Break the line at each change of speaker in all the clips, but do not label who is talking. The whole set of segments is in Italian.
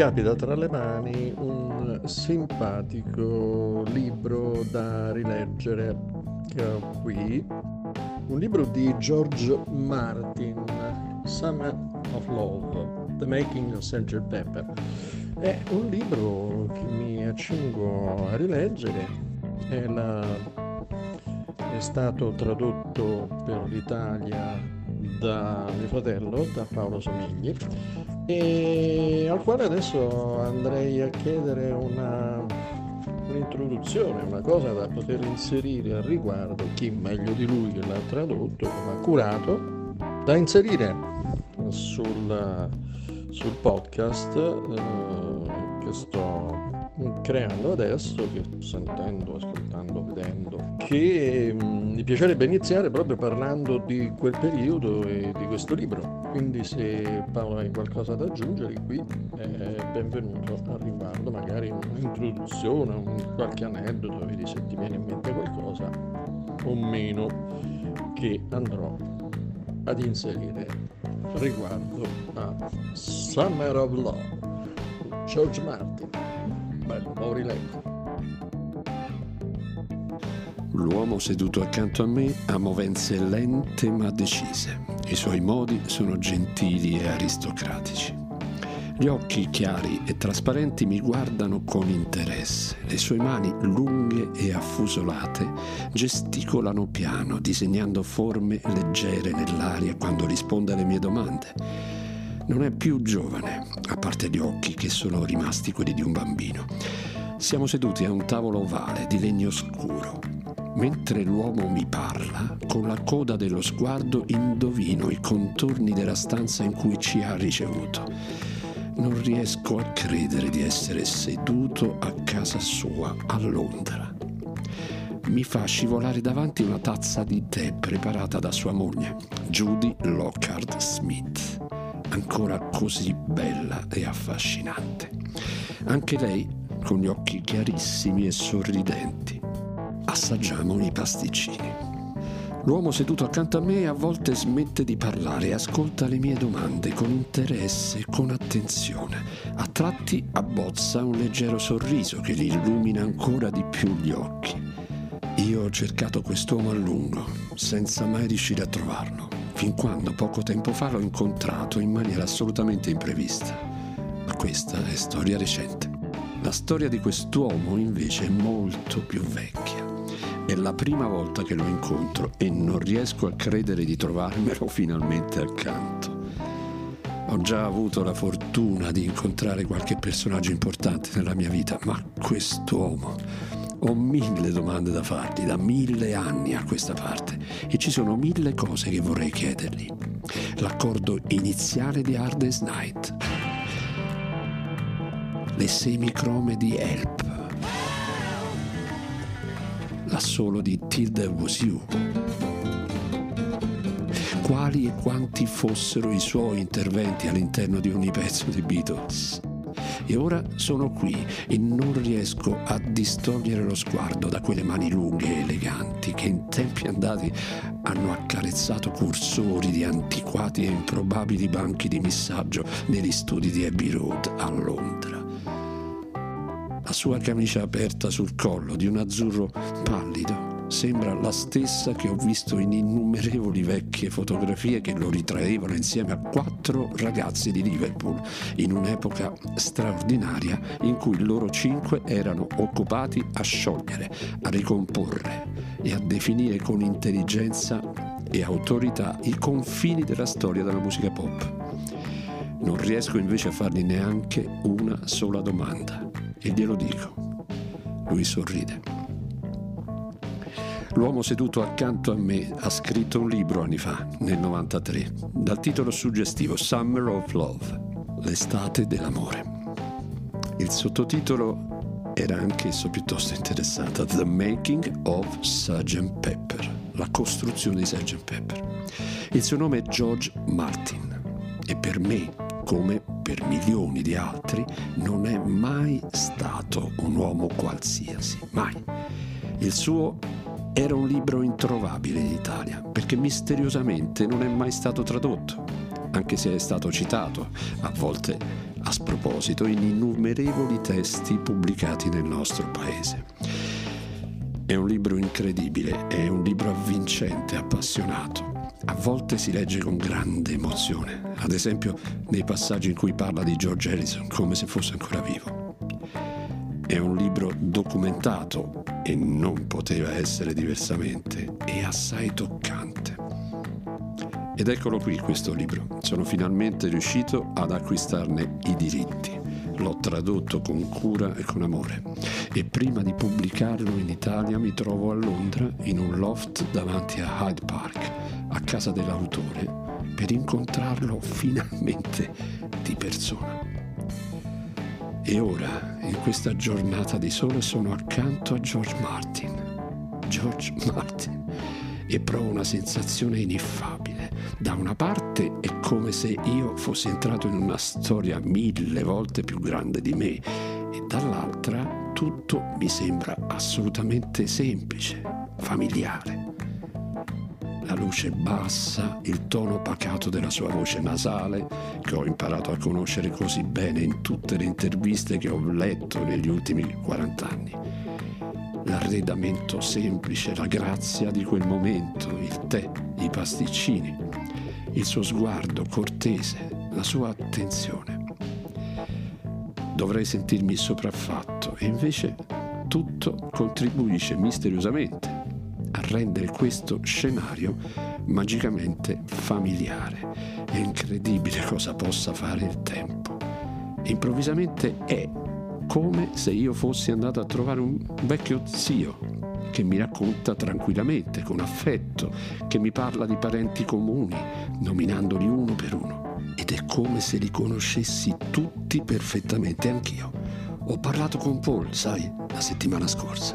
capita tra le mani un simpatico libro da rileggere che ho qui, un libro di George Martin, Summer of Love, The Making of Sgt. Pepper. È un libro che mi accingo a rileggere, è stato tradotto per l'Italia da mio fratello, da Paolo Somigli, e al quale adesso andrei a chiedere un'introduzione, una cosa da poter inserire al riguardo, chi meglio di lui che l'ha tradotto, che l'ha curato, da inserire sul podcast che sto creando adesso, che sto sentendo, ascoltando, vedendo, che mi piacerebbe iniziare proprio parlando di quel periodo e di questo libro. Quindi se Paolo hai qualcosa da aggiungere qui, benvenuto al riguardo, magari un'introduzione, qualche aneddoto, vedi se ti viene in mente qualcosa o meno, che andrò ad inserire riguardo a Summer of Love, George Martin. Bello, lo rileggo.
L'uomo seduto accanto a me ha movenze lente ma decise. I suoi modi sono gentili e aristocratici. Gli occhi chiari e trasparenti mi guardano con interesse. Le sue mani lunghe e affusolate gesticolano piano, disegnando forme leggere nell'aria quando risponde alle mie domande. Non è più giovane, a parte gli occhi che sono rimasti quelli di un bambino. Siamo seduti a un tavolo ovale di legno scuro. Mentre l'uomo mi parla, con la coda dello sguardo indovino i contorni della stanza in cui ci ha ricevuto. Non riesco a credere di essere seduto a casa sua a Londra. Mi fa scivolare davanti una tazza di tè preparata da sua moglie, Judy Lockhart Smith, ancora così bella e affascinante. Anche lei con gli occhi chiarissimi e sorridenti. Assaggiamo i pasticcini. L'uomo seduto accanto a me a volte smette di parlare e ascolta le mie domande con interesse e con attenzione. A tratti abbozza un leggero sorriso che gli illumina ancora di più gli occhi. Io ho cercato quest'uomo a lungo, senza mai riuscire a trovarlo, fin quando poco tempo fa l'ho incontrato in maniera assolutamente imprevista. Ma questa è storia recente. La storia di quest'uomo invece è molto più vecchia. È la prima volta che lo incontro e non riesco a credere di trovarmelo finalmente accanto. Ho già avuto la fortuna di incontrare qualche personaggio importante nella mia vita, ma quest'uomo... Ho 1000 domande da fargli da 1000 anni a questa parte e ci sono 1000 cose che vorrei chiedergli. L'accordo iniziale di Hard Day's Night, le semicrome di Help, l'assolo di Till There Was You, quali e quanti fossero i suoi interventi all'interno di ogni pezzo dei Beatles. E ora sono qui e non riesco a distogliere lo sguardo da quelle mani lunghe e eleganti che in tempi andati hanno accarezzato cursori di antiquati e improbabili banchi di missaggio negli studi di Abbey Road a Londra. La sua camicia aperta sul collo di un azzurro pallido sembra la stessa che ho visto in innumerevoli vecchie fotografie che lo ritraevano insieme a 4 ragazzi di Liverpool in un'epoca straordinaria in cui loro 5 erano occupati a sciogliere, a ricomporre e a definire con intelligenza e autorità i confini della storia della musica pop. Non riesco invece a fargli neanche una sola domanda e glielo dico. Lui sorride. L'uomo seduto accanto a me ha scritto un libro anni fa, nel 93, dal titolo suggestivo Summer of Love, l'estate dell'amore. Il sottotitolo era anch'esso piuttosto interessante, The Making of Sgt. Pepper, la costruzione di Sgt. Pepper. Il suo nome è George Martin e per me, come per milioni di altri, non è mai stato un uomo qualsiasi, mai. Il suo era un libro introvabile in Italia, perché misteriosamente non è mai stato tradotto. anche se è stato citato, a volte a sproposito, in innumerevoli testi pubblicati nel nostro paese. È un libro incredibile, è un libro avvincente, appassionato. A volte si legge con grande emozione, ad esempio nei passaggi in cui parla di George Harrison come se fosse ancora vivo. È un libro documentato, e non poteva essere diversamente, e assai toccante. Ed eccolo qui questo libro. Sono finalmente riuscito ad acquistarne i diritti. L'ho tradotto con cura e con amore. E prima di pubblicarlo in Italia mi trovo a Londra in un loft davanti a Hyde Park, a casa dell'autore, per incontrarlo finalmente di persona. E ora, in questa giornata di sole, sono accanto a George Martin, e provo una sensazione ineffabile. Da una parte è come se io fossi entrato in una storia 1000 volte più grande di me, e dall'altra tutto mi sembra assolutamente semplice, familiare. La luce bassa, il tono pacato della sua voce nasale, che ho imparato a conoscere così bene in tutte le interviste che ho letto negli ultimi 40 anni. L'arredamento semplice, la grazia di quel momento, il tè, i pasticcini, il suo sguardo cortese, la sua attenzione. Dovrei sentirmi sopraffatto, e invece tutto contribuisce misteriosamente a rendere questo scenario magicamente familiare. È incredibile cosa possa fare il tempo. Improvvisamente è come se io fossi andato a trovare un vecchio zio che mi racconta tranquillamente, con affetto, che mi parla di parenti comuni, nominandoli uno per uno. Ed è come se li conoscessi tutti perfettamente anch'io. Ho parlato con Paul, sai, la settimana scorsa.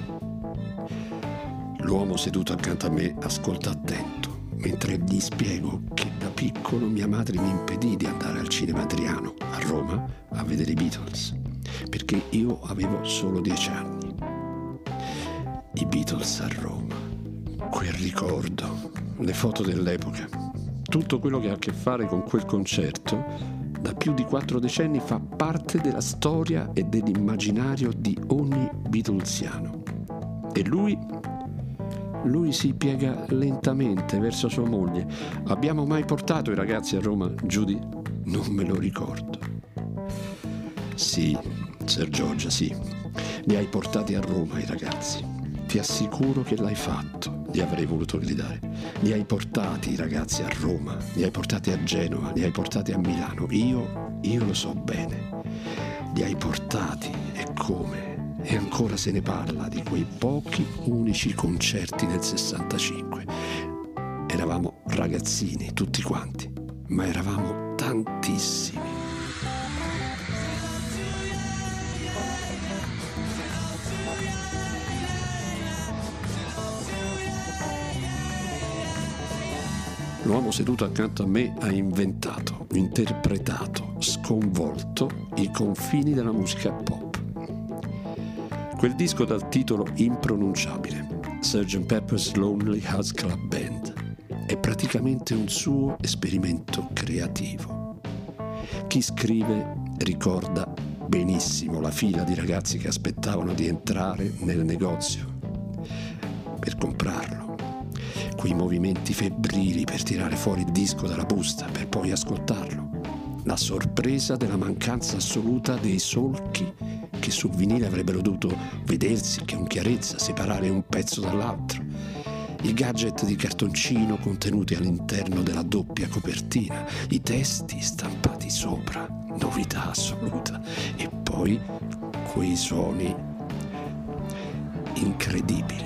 L'uomo seduto accanto a me ascolta attento, mentre gli spiego che da piccolo mia madre mi impedì di andare al cinema Adriano, a Roma, a vedere i Beatles, perché io avevo solo 10 anni. I Beatles a Roma, quel ricordo, le foto dell'epoca, tutto quello che ha a che fare con quel concerto, da più di 4 decenni fa parte della storia e dell'immaginario di ogni beatlesiano. E lui si piega lentamente verso sua moglie. Abbiamo mai portato i ragazzi a Roma, Judy? Non me lo ricordo. Sì, Sir George, sì. Li hai portati a Roma i ragazzi. Ti assicuro che l'hai fatto, gli avrei voluto gridare. Li hai portati i ragazzi a Roma, li hai portati a Genova, li hai portati a Milano. Io lo so bene. Li hai portati, e come? E ancora se ne parla di quei pochi unici concerti del 65. Eravamo ragazzini tutti quanti, ma eravamo tantissimi. L'uomo seduto accanto a me ha inventato, interpretato, sconvolto i confini della musica pop. Quel disco dal titolo impronunciabile, Sgt. Pepper's Lonely Hearts Club Band, è praticamente un suo esperimento creativo. Chi scrive ricorda benissimo la fila di ragazzi che aspettavano di entrare nel negozio per comprarlo, quei movimenti febbrili per tirare fuori il disco dalla busta per poi ascoltarlo, la sorpresa della mancanza assoluta dei solchi che sul vinile avrebbero dovuto vedersi con chiarezza, separare un pezzo dall'altro, i gadget di cartoncino contenuti all'interno della doppia copertina, i testi stampati sopra, novità assoluta, e poi quei suoni incredibili.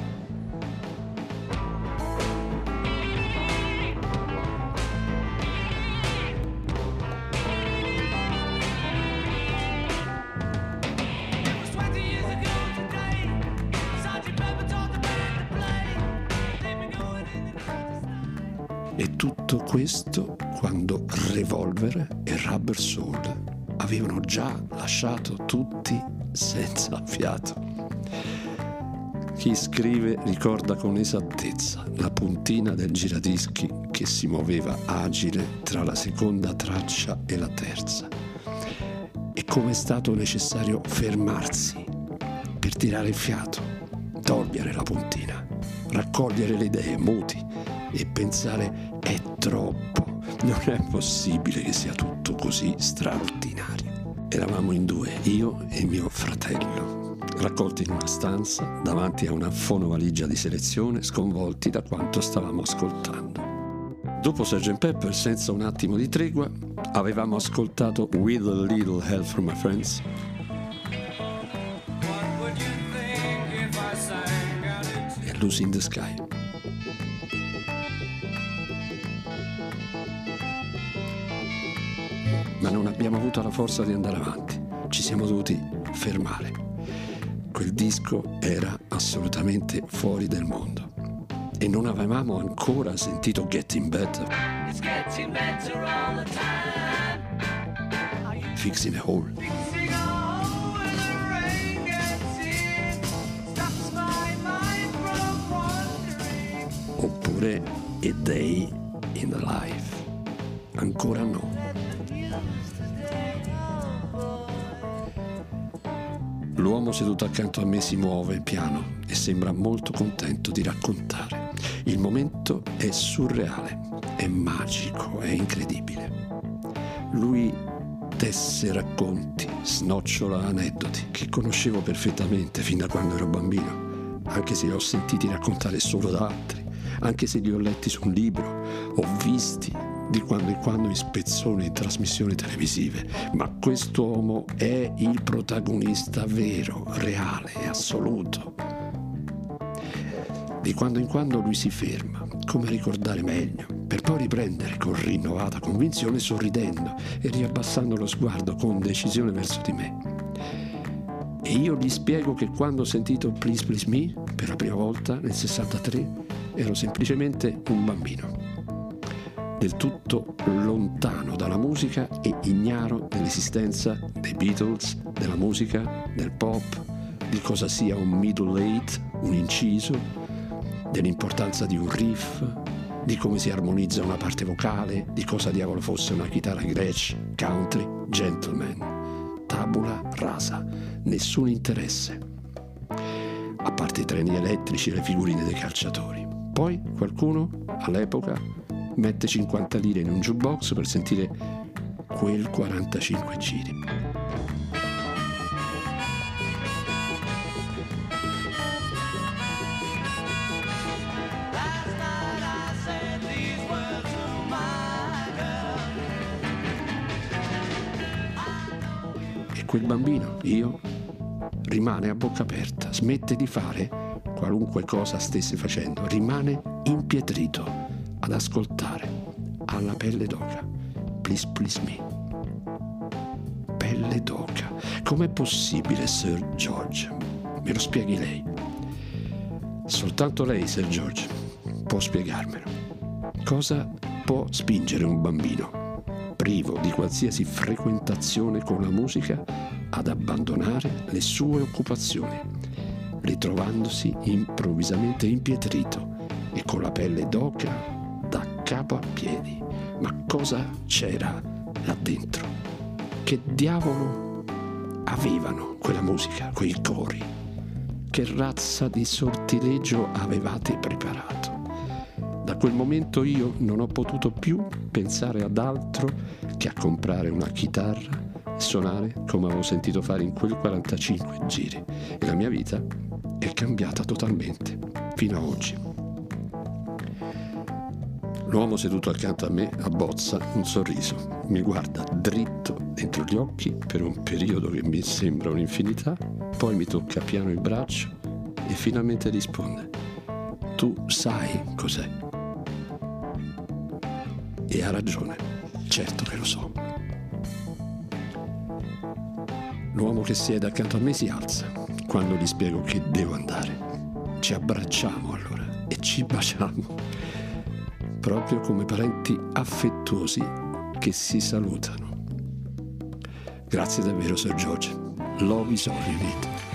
E tutto questo quando Revolver e Rubber Soul avevano già lasciato tutti senza fiato. Chi scrive ricorda con esattezza la puntina del giradischi che che si muoveva agile tra la seconda traccia e la terza. E come è stato necessario fermarsi per tirare il fiato, togliere la puntina, raccogliere le idee muti e pensare: è troppo, non è possibile che sia tutto così straordinario. Eravamo in due, io e mio fratello, raccolti in una stanza davanti a una fonovaligia di selezione, sconvolti da quanto stavamo ascoltando. Dopo Sgt. Pepper, senza un attimo di tregua, avevamo ascoltato With a Little Help from My Friends, e Lucy in the Sky. Ma non abbiamo avuto la forza di andare avanti, ci siamo dovuti fermare. Quel disco era assolutamente fuori del mondo e non avevamo ancora sentito Getting Better,
It's getting better all the time.
Fixing a Hole,
Fixing a hole where the rain gets in, stops my mind from wandering.
oppure A Day in the Life. Ancora no. L'uomo seduto accanto a me si muove piano e sembra molto contento di raccontare. Il momento è surreale, è magico, è incredibile. Lui tesse racconti, snocciola aneddoti che conoscevo perfettamente fin da quando ero bambino, anche se li ho sentiti raccontare solo da altri, anche se li ho letti su un libro, ho visti di quando in quando in spezzoni in trasmissioni televisive, ma quest'uomo è il protagonista vero, reale e assoluto. Di quando in quando lui si ferma, come a ricordare meglio, per poi riprendere con rinnovata convinzione, sorridendo e riabbassando lo sguardo con decisione verso di me. E io gli spiego che quando ho sentito Please Please Me per la prima volta nel 63 ero semplicemente un bambino, del tutto lontano dalla musica e ignaro dell'esistenza dei Beatles, della musica, del pop, di cosa sia un middle eight, un inciso, dell'importanza di un riff, di come si armonizza una parte vocale, di cosa diavolo fosse una chitarra Gretsch, country, gentleman. Tabula rasa, nessun interesse, a parte i treni elettrici e le figurine dei calciatori. Poi qualcuno, all'epoca, mette 50 lire in un jukebox per sentire quel 45 giri.
Last night I said these words to my girl.
E quel bambino, io, rimane a bocca aperta, smette di fare qualunque cosa stesse facendo, rimane impietrito ad ascoltare, alla pelle d'oca. Please Please Me. Pelle d'oca. Com'è possibile, Sir George? Me lo spieghi lei. Soltanto lei, Sir George, può spiegarmelo. Cosa può spingere un bambino, privo di qualsiasi frequentazione con la musica, ad abbandonare le sue occupazioni, ritrovandosi improvvisamente impietrito e con la pelle d'oca da capo a piedi? Ma cosa c'era là dentro? Che diavolo avevano quella musica, quei cori? Che razza di sortileggio avevate preparato? Da quel momento io non ho potuto più pensare ad altro che a comprare una chitarra e suonare come avevo sentito fare in quel 45 giri, e la mia vita è cambiata totalmente fino a oggi. L'uomo seduto accanto a me abbozza un sorriso, mi guarda dritto dentro gli occhi per un periodo che mi sembra un'infinità, poi mi tocca piano il braccio e finalmente risponde: tu sai cos'è. E ha ragione, certo che lo so. L'uomo che siede accanto a me si alza quando gli spiego che devo andare. Ci abbracciamo allora e ci baciamo, proprio come parenti affettuosi che si salutano. Grazie davvero, Sir George. Love is all you need.